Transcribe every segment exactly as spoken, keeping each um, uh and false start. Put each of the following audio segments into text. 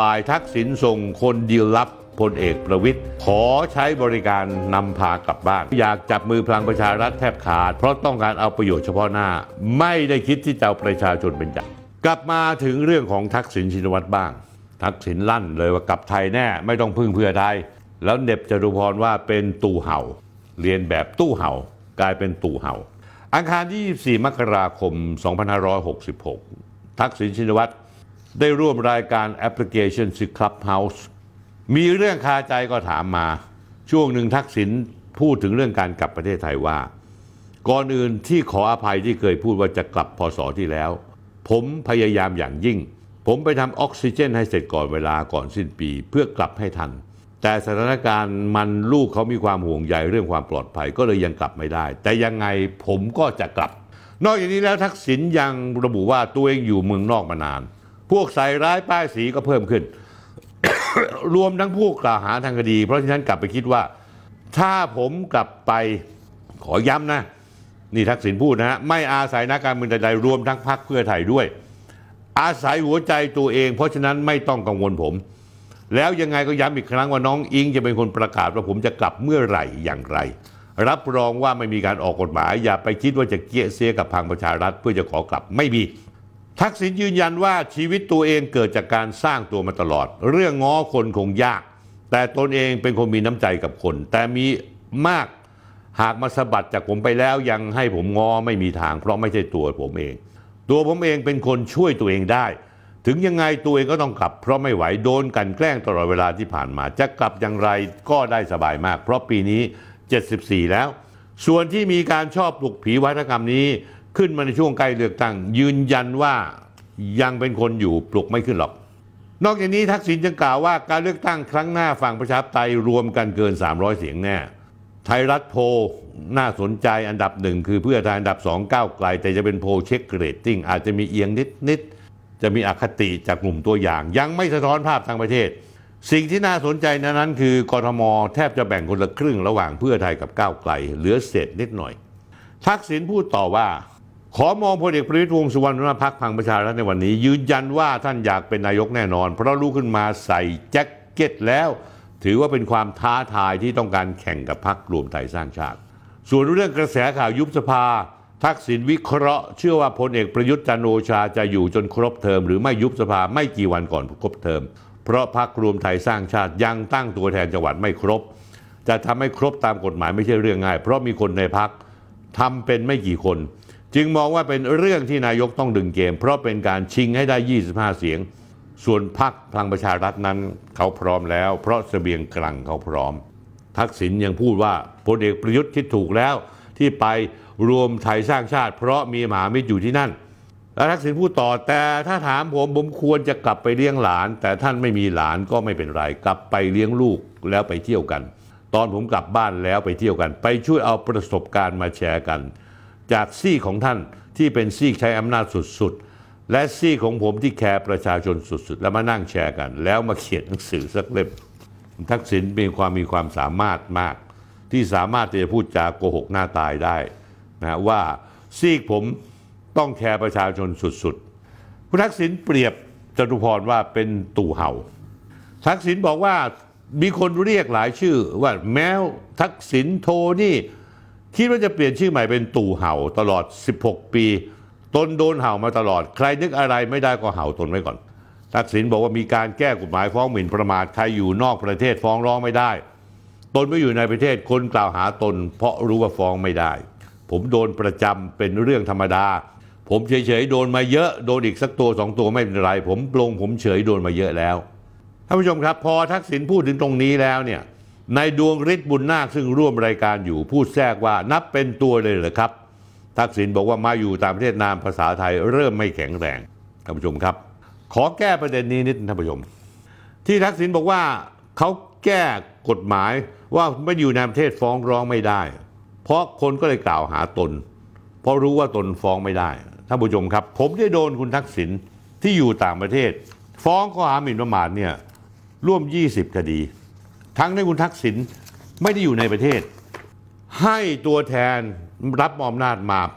ฝ่ายทักษิณส่งคนดีลลับพลเอกประวิตรขอใช้บริการนำพากลับบ้านอยากจับมือพลังประชารัฐแทบขาดเพราะต้องการเอาประโยชน์เฉพาะหน้าไม่ได้คิดที่จะเอาประชาชนเป็นใหญ่กลับมาถึงเรื่องของทักษิณชินวัตรบ้างทักษิณลั่นเลยว่ากลับไทยแน่ไม่ต้องพึ่งเพื่อไทยแล้วเน็บจตุพรว่าเป็นตู่เห่าเรียนแบบตู้เห่ากลายเป็นตู่เห่าอังคารที่ยี่สิบสี่มกราคมสองพันห้าร้อยหกสิบหกทักษิณชินวัตรได้ร่วมรายการแอปพลิเคชันชื่อ Clubhouse มีเรื่องคาใจก็ถามมาช่วงหนึ่งทักษิณพูดถึงเรื่องการกลับประเทศไทยว่าก่อนอื่นที่ขออภัยที่เคยพูดว่าจะกลับพศที่แล้วผมพยายามอย่างยิ่งผมไปทำออกซิเจนให้เสร็จก่อนเวลาก่อนสิ้นปีเพื่อกลับให้ทันแต่สถานการณ์มันลูกเขามีความห่วงใยเรื่องความปลอดภัยก็เลยยังกลับไม่ได้แต่ยังไงผมก็จะกลับนอกจากนี้แล้วทักษิณยังระบุว่าตัวเองอยู่เมืองนอกมานานพวกใส่ร้ายป้ายสีก็เพิ่มขึ้น รวมทั้งผู้กล่าวหาทางคดีเพราะฉะนั้นกลับไปคิดว่าถ้าผมกลับไปขอย้ำนะนี่ทักษิณพูดนะฮะไม่อาศัยนักการเมืองใดๆรวมทั้งพรรคเพื่อไทยด้วยอาศัยหัวใจตัวเองเพราะฉะนั้นไม่ต้องกังวลผมแล้วยังไงก็ย้ำอีกครั้งว่าน้องอิงจะเป็นคนประกาศว่าผมจะกลับเมื่อไหร่อย่างไรรับรองว่าไม่มีการออกกฎหมายอย่าไปคิดว่าจะเกี้ยเสียกับพลังประชารัฐเพื่อจะขอกลับไม่มีทักษิณยืนยันว่าชีวิตตัวเองเกิดจากการสร้างตัวมาตลอดเรื่องง้อคนคงยากแต่ตนเองเป็นคนมีน้ำใจกับคนแต่มีมากหากมาสะบัดจากผมไปแล้วยังให้ผมง้อไม่มีทางเพราะไม่ใช่ตัวผมเองตัวผมเองเป็นคนช่วยตัวเองได้ถึงยังไงตัวเองก็ต้องกลับเพราะไม่ไหวโดนกันแกล้งตลอดเวลาที่ผ่านมาจะกลับอย่างไรก็ได้สบายมากเพราะปีนี้เจ็ดสิบสี่แล้วส่วนที่มีการชอบปลุกผีวัฒกรรมนี้ขึ้นมาในช่วงใกล้เลือกตั้งยืนยันว่ายังเป็นคนอยู่ปลุกไม่ขึ้นหรอกนอกจากนี้ทักษิณยังกล่าวว่าการเลือกตั้งครั้งหน้าฝั่งประชาธิปไตยรวมกันเกินสามร้อยเสียงแน่ไทยรัฐโพลน่าสนใจอันดับหนึ่งคือเพื่อไทยอันดับสองก้าวไกลแต่จะเป็นโพลเช็คเรตติ้งอาจจะมีเอียงนิดนิดจะมีอคติจากกลุ่มตัวอย่างยังไม่สะท้อนภาพทางประเทศสิ่งที่น่าสนใจนั้นคือกทมแทบจะแบ่งคนละครึ่งระหว่างเพื่อไทยกับก้าวไกลเหลือเศษนิดหน่อยทักษิณพูดต่อว่าขอมองพลเอกประวิตร วงษ์สุวรรณหัวหน้าพรรคพลังประชารัฐในวันนี้ยืนยันว่าท่านอยากเป็นนายกแน่นอนเพราะลุกขึ้นมาใส่แจ็คเก็ตแล้วถือว่าเป็นความท้าทายที่ต้องการแข่งกับพรรครวมไทยสร้างชาติส่วนเรื่องกระแสข่าวยุบสภาทักษิณวิเคราะห์เชื่อว่าพลเอกประยุทธ์จันทร์โอชาจะอยู่จนครบเทอมหรือไม่ยุบสภาไม่กี่วันก่อนครบเทอมเพราะพรรครวมไทยสร้างชาติยังตั้งตัวแทนจังหวัดไม่ครบจะทำให้ครบตามกฎหมายไม่ใช่เรื่องง่ายเพราะมีคนในพรรคทำเป็นไม่กี่คนจึงมองว่าเป็นเรื่องที่นายกต้องดึงเกมเพราะเป็นการชิงให้ได้ยี่สิบห้าเสียงส่วนพรรคพลังประชารัฐนั้นเขาพร้อมแล้วเพราะเสบียงกลางเขาพร้อมทักษิณยังพูดว่าพลเอกประยุทธ์คิดถูกแล้วที่ไปรวมไทยสร้างชาติเพราะมีมหามิตรอยู่ที่นั่นแล้วทักษิณพูดต่อแต่ถ้าถามผมผมควรจะกลับไปเลี้ยงหลานแต่ท่านไม่มีหลานก็ไม่เป็นไรกลับไปเลี้ยงลูกแล้วไปเที่ยวกันตอนผมกลับบ้านแล้วไปเที่ยวกันไปช่วยเอาประสบการณ์มาแชร์กันจากซีกของท่านที่เป็นซีกใช้อำนาจสุดๆและซีกของผมที่แคร์ประชาชนสุดๆแล้วมานั่งแชร์กันแล้วมาเขียนหนังสือสักเล่มทักษิณมีความมีความสามารถมากที่สามารถที่จะพูดจาโกหกหน้าตายได้นะว่าซีกผมต้องแคร์ประชาชนสุดๆคุณทักษิณเปรียบจตุพรว่าเป็นตู่เห่าทักษิณบอกว่ามีคนเรียกหลายชื่อว่าแมวทักษิณโทนี่คิดว่าจะเปลี่ยนชื่อใหม่เป็นตู่เห่าตลอดสิบหกปีตนโดนเห่ามาตลอดใครนึกอะไรไม่ได้ก็เห่าตนไว้ก่อนทักษิณบอกว่ามีการแก้กฎหมายฟ้องหมิ่นประมาทใครอยู่นอกประเทศฟ้องร้องไม่ได้ตนไม่อยู่ในประเทศคนกล่าวหาตนเพราะรู้ว่าฟ้องไม่ได้ผมโดนประจำเป็นเรื่องธรรมดาผมเฉยๆโดนมาเยอะโดนอีกสักตัวสองตัวไม่เป็นไรผมปลงผมเฉยโดนมาเยอะแล้วท่านผู้ชมครับพอทักษิณพูดถึงตรงนี้แล้วเนี่ยในดวงฤทธิ์บุญนาคซึ่งร่วมรายการอยู่พูดแทรกว่านับเป็นตัวเลยเหรอครับทักษิณบอกว่ามาอยู่ต่างประเทศนานภาษาไทยเริ่มไม่แข็งแรงท่านผู้ชมครับขอแก้ประเด็นนี้นิดท่านผู้ชมที่ทักษิณบอกว่าเขาแก้กฎหมายว่าไม่อยู่ในประเทศฟ้องร้องไม่ได้เพราะคนก็เลยกล่าวหาตนเพราะรู้ว่าตนฟ้องไม่ได้ท่านผู้ชมครับผมได้โดนคุณทักษิณที่อยู่ต่างประเทศฟ้องข้อหาหมิ่นประมาทเนี่ยร่วมยี่สิบคดีทั้งที่คุณทักษิณไม่ได้อยู่ในประเทศให้ตัวแทนรับมอบอำนาจมา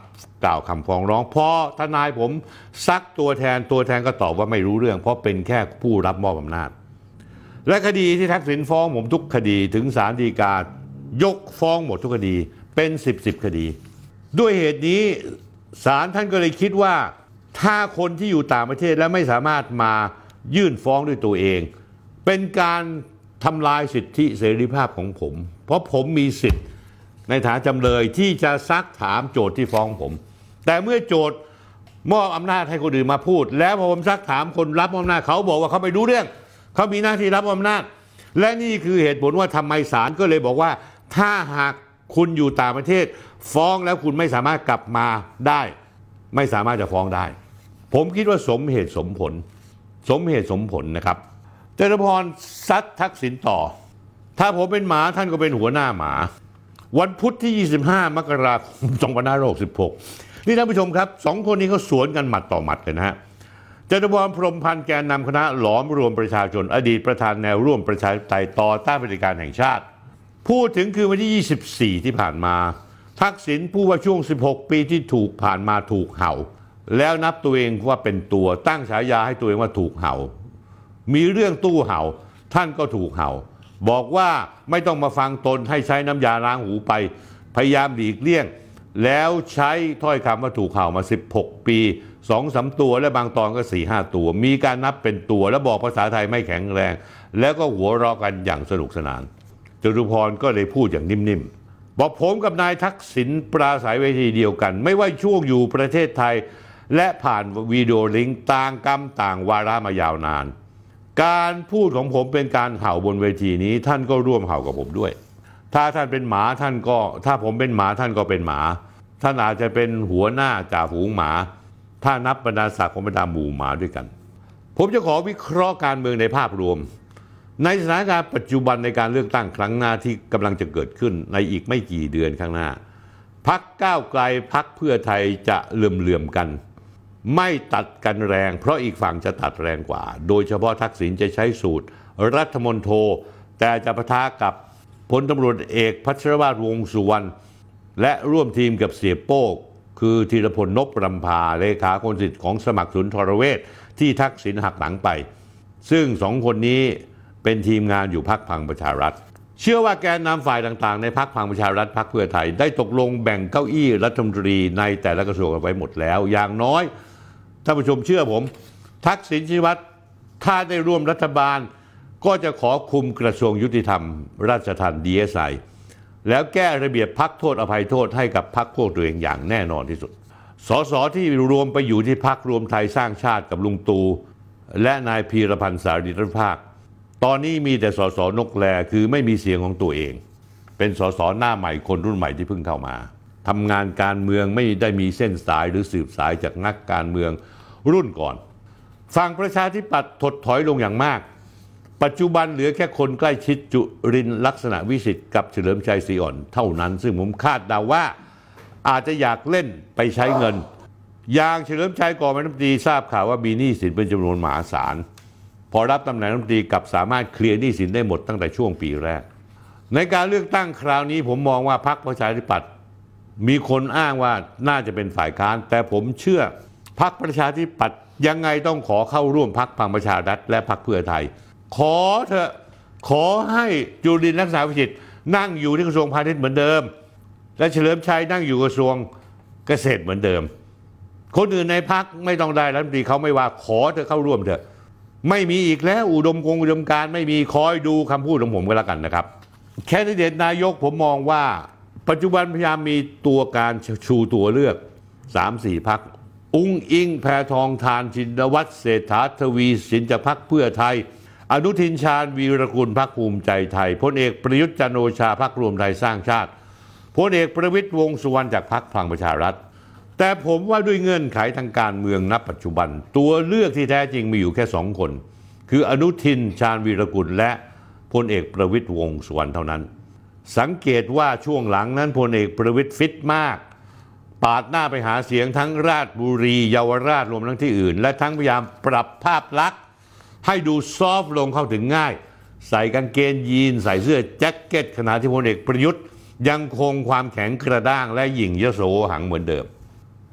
กล่าวคำฟ้องร้องพอทนายผมซักตัวแทนตัวแทนก็ตอบว่าไม่รู้เรื่องเพราะเป็นแค่ผู้รับมอบอำนาจและคดีที่ทักษิณฟ้องผมทุกคดีถึงศาลฎีกายกฟ้องหมดทุกคดีเป็นสิบสิบคดีด้วยเหตุนี้ศาลท่านก็เลยคิดว่าถ้าคนที่อยู่ต่างประเทศและไม่สามารถมายื่นฟ้องด้วยตัวเองเป็นการทำลายสิทธิเสรีภาพของผมเพราะผมมีสิทธิ์ในฐานะจำเลยที่จะซักถามโจทก์ที่ฟ้องผมแต่เมื่อโจทก์มอบอำนาจให้คนอื่นมาพูดแล้วพอผมซักถามคนรับอำนาจเขาบอกว่าเขาไม่รู้เรื่องเขามีหน้าที่รับอำนาจและนี่คือเหตุผลว่าทำไมศาลก็เลยบอกว่าถ้าหากคุณอยู่ต่างประเทศฟ้องแล้วคุณไม่สามารถกลับมาได้ไม่สามารถจะฟ้องได้ผมคิดว่าสมเหตุสมผลสมเหตุสมผลนะครับจตุพรซัดทักษิณต่อถ้าผมเป็นหมาท่านก็เป็นหัวหน้าหมาวันพุธที่ยี่สิบห้ามกราคมสองพันห้าร้อยหกสิบหกนี่ท่านผู้ชมครับสองคนนี้เขาสวนกันหมัดต่อหมัดเลยนะฮะจตุพรพรหมพันธ์แกนนำคณะหลอมรวมประชาชนอดีตประธานแนวร่วมประชาธิปไตยต่อต้านเผด็จการแห่งชาติพูดถึงคือวันที่ยี่สิบสี่ที่ผ่านมาทักษิณพูดว่าช่วงสิบหกปีที่ถูกผ่านมาถูกเห่าแล้วนับตัวเองว่าเป็นตัวตั้งฉายาให้ตัวเองว่าถูกเห่ามีเรื่องตู้เห่าท่านก็ถูกเห่าบอกว่าไม่ต้องมาฟังตนให้ใช้น้ำยาล้างหูไปพยายามหลีกเลี่ยงแล้วใช้ถ้อยคำว่าถูกเห่ามาสิบหกปีสองสามตัวและบางตอนก็สี่ห้าตัวมีการนับเป็นตัวแล้วบอกภาษาไทยไม่แข็งแรงแล้วก็หัวเราะกันอย่างสนุกสนานจตุพรก็เลยพูดอย่างนิ่มๆบอกผมกับนายทักษิณปราศัยเวทีเดียวกันไม่ว่าช่วงอยู่ประเทศไทยและผ่านวิดีโอลิงก์ต่างกรรมต่างวาระมายาวนานการพูดของผมเป็นการเห่าบนเวทีนี้ท่านก็ร่วมเห่ากับผมด้วยถ้าท่านเป็นหมาท่านก็ถ้าผมเป็นหมาท่านก็เป็นหมาท่านอาจจะเป็นหัวหน้าจ่าฝูงหมาถ้านับบรรดาศักดิ์ของบรรดาหมู่หมาด้วยกันผมจะขอวิเคราะห์การเมืองในภาพรวมในสถานการณ์ปัจจุบันในการเลือกตั้งครั้งหน้าที่กำลังจะเกิดขึ้นในอีกไม่กี่เดือนข้างหน้าพรรคก้าวไกลพรรคเพื่อไทยจะเหลื่อมๆกันไม่ตัดกันแรงเพราะอีกฝั่งจะตัดแรงกว่าโดยเฉพาะทักษิณจะใช้สูตรรัฐมนโทแต่จะปะทะกับพลตำรวจเอกพัชรวาทวงษ์สุวรรณและร่วมทีมกับเสียโป้คือธีรพลนพรำพาเลขาคนสนิทของสมัครสุนทรเวชที่ทักษิณหักหลังไปซึ่งสองคนนี้เป็นทีมงานอยู่พรรคพลังประชารัฐเชื่อว่าแกนนำฝ่ายต่างๆในพรรคพลังประชารัฐพรรคเพื่อไทยได้ตกลงแบ่งเก้าอี้รัฐมนตรีในแต่ละกระทรวงกันไว้หมดแล้วอย่างน้อยท่านผู้ชมเชื่อผมทักษิณชินวัตรถ้าได้ร่วมรัฐบาลก็จะขอคุมกระทรวงยุติธรรมราชทัณฑ์ ดี เอส ไอ แล้วแก้ระเบียบพักโทษอภัยโทษให้กับพรรคพวกตัวเองอย่างแน่นอนที่สุดสสที่รวมไปอยู่ที่พรรครวมไทยสร้างชาติกับลุงตู่และนายพีรพันธ์สารีรัฐภาคตอนนี้มีแต่สสนกแลคือไม่มีเสียงของตัวเองเป็นสสหน้าใหม่คนรุ่นใหม่ที่เพิ่งเข้ามาทำงานการเมืองไม่ได้มีเส้นสายหรือสืบสายจากนักการเมืองรุ่นก่อนฝั่งประชาธิปัตย์ถดถอยลงอย่างมากปัจจุบันเหลือแค่คนใกล้ชิดจุรินทร์ลักษณะวิสิทธิ์กับเฉลิมชัยศรีอ่อนเท่านั้นซึ่งผมคาดเดาว่าอาจจะอยากเล่นไปใช้เงินอย่างเฉลิมชัยก่อนเป็นรัฐมนตรีทราบข่าวว่ามีหนี้สินเป็นจำนวนมหาศาลพอรับตำแหน่งรัฐมนตรีกลับสามารถเคลียร์หนี้สินได้หมดตั้งแต่ช่วงปีแรกในการเลือกตั้งคราวนี้ผมมองว่าพรรคประชาธิปัตย์มีคนอ้างว่าน่าจะเป็นฝ่ายค้านแต่ผมเชื่อพรรคประชาธิปัตย์ยังไงต้องขอเข้าร่วมพรรคพลังประชารัฐและพรรคเพื่อไทยขอเถอะขอให้จุรินทร์ลักษณะวิสิทธิ์นั่งอยู่ที่กระทรวงพาณิชย์เหมือนเดิมและเฉลิมชัยนั่งอยู่กระทรวงเกษตรเหมือนเดิมคนอื่นในพรรคไม่ต้องได้รัฐมนตรีเขาไม่ว่าขอเธอเข้าร่วมเถอะไม่มีอีกแล้วอุดมคงอุดมการไม่มีคอยดูคำพูดของผมก็แล้วกันนะครับแคนดิเดตนายกผมมองว่าปัจจุบันพยายามมีตัวการชูตัวเลือก สามสี่ พรรคอุ้งอิงแพทองธารชินวัตรเศรษฐาทวีสินจากพรรคเพื่อไทยอนุทินชาญวีรกุลพรรคภูมิใจไทยพลเอกประยุทธ์จันทร์โอชาพรรครวมไทยสร้างชาติพลเอกประวิตรวงษ์สุวรรณจากพรรคพลังประชารัฐแต่ผมว่าด้วยเงื่อนไขทางการเมืองณปัจจุบันตัวเลือกที่แท้จริงมีอยู่แค่สองคนคืออนุทินชาญวีรกุลและพลเอกประวิตรวงษ์สุวรรณเท่านั้นสังเกตว่าช่วงหลังนั้นพลเอกประวิตรฟิตมากปาดหน้าไปหาเสียงทั้งราชบุรีเยาวราชรวมทั้งที่อื่นและทั้งพยายามปรับภาพลักษณ์ให้ดูซอฟต์ลงเข้าถึงง่ายใส่กางเกงยีนใส่เสื้อแจ็คเก็ตขณะที่พลเอกประยุทธ์ยังคงความแข็งกระด้างและหยิ่งยโสหังเหมือนเดิม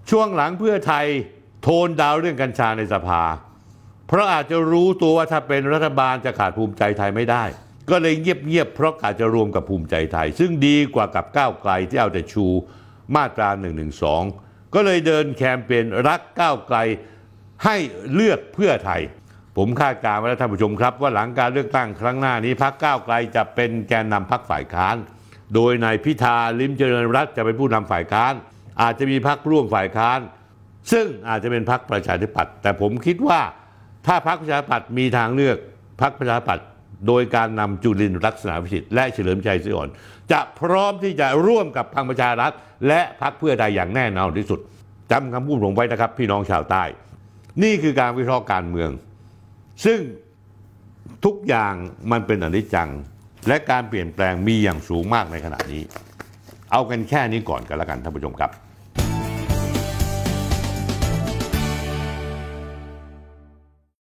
ช่วงหลังเพื่อไทยโทนดาวเรื่องกัญชาในสภาเพราะอาจจะรู้ตัวว่าถ้าเป็นรัฐบาลจะขาดภูมิใจไทยไม่ได้ก็เลยเงียบๆเพราะอาจจะรวมกับภูมิใจไทยซึ่งดีกว่ากับก้าวไกลที่เอาแต่ชูมาตราหนึ่งหนึ่งสองก็เลยเดินแคมเปญรักก้าวไกลให้เลือกเพื่อไทยผมคาดการณ์ไว้แล้วท่านผู้ชมครับว่าหลังการเลือกตั้งครั้งหน้านี้พรรคก้าวไกลจะเป็นแกนนำพรรคฝ่ายค้านโดยนายพิธาลิ้มเจริญรัตน์จะเป็นผู้นำฝ่ายค้านอาจจะมีพรรคร่วมฝ่ายค้านซึ่งอาจจะเป็นพรรคประชาธิปัตย์แต่ผมคิดว่าถ้าพรรคประชาธิปัตย์มีทางเลือกพรรคประชาธิปัตย์โดยการนำจุลินทร์ลักษณะวิสิทธิ์และเฉลิมชัยศรีอ่อนจะพร้อมที่จะร่วมกับพลังประชารัฐและพรรคเพื่อไทยอย่างแน่นอนที่สุดจำคำพูดผมไว้นะครับพี่น้องชาวใต้นี่คือการวิเคราะห์การเมืองซึ่งทุกอย่างมันเป็นอนิจจังและการเปลี่ยนแปลงมีอย่างสูงมากในขณะนี้เอากันแค่นี้ก่อนกันแล้วกันท่านผู้ชมครับ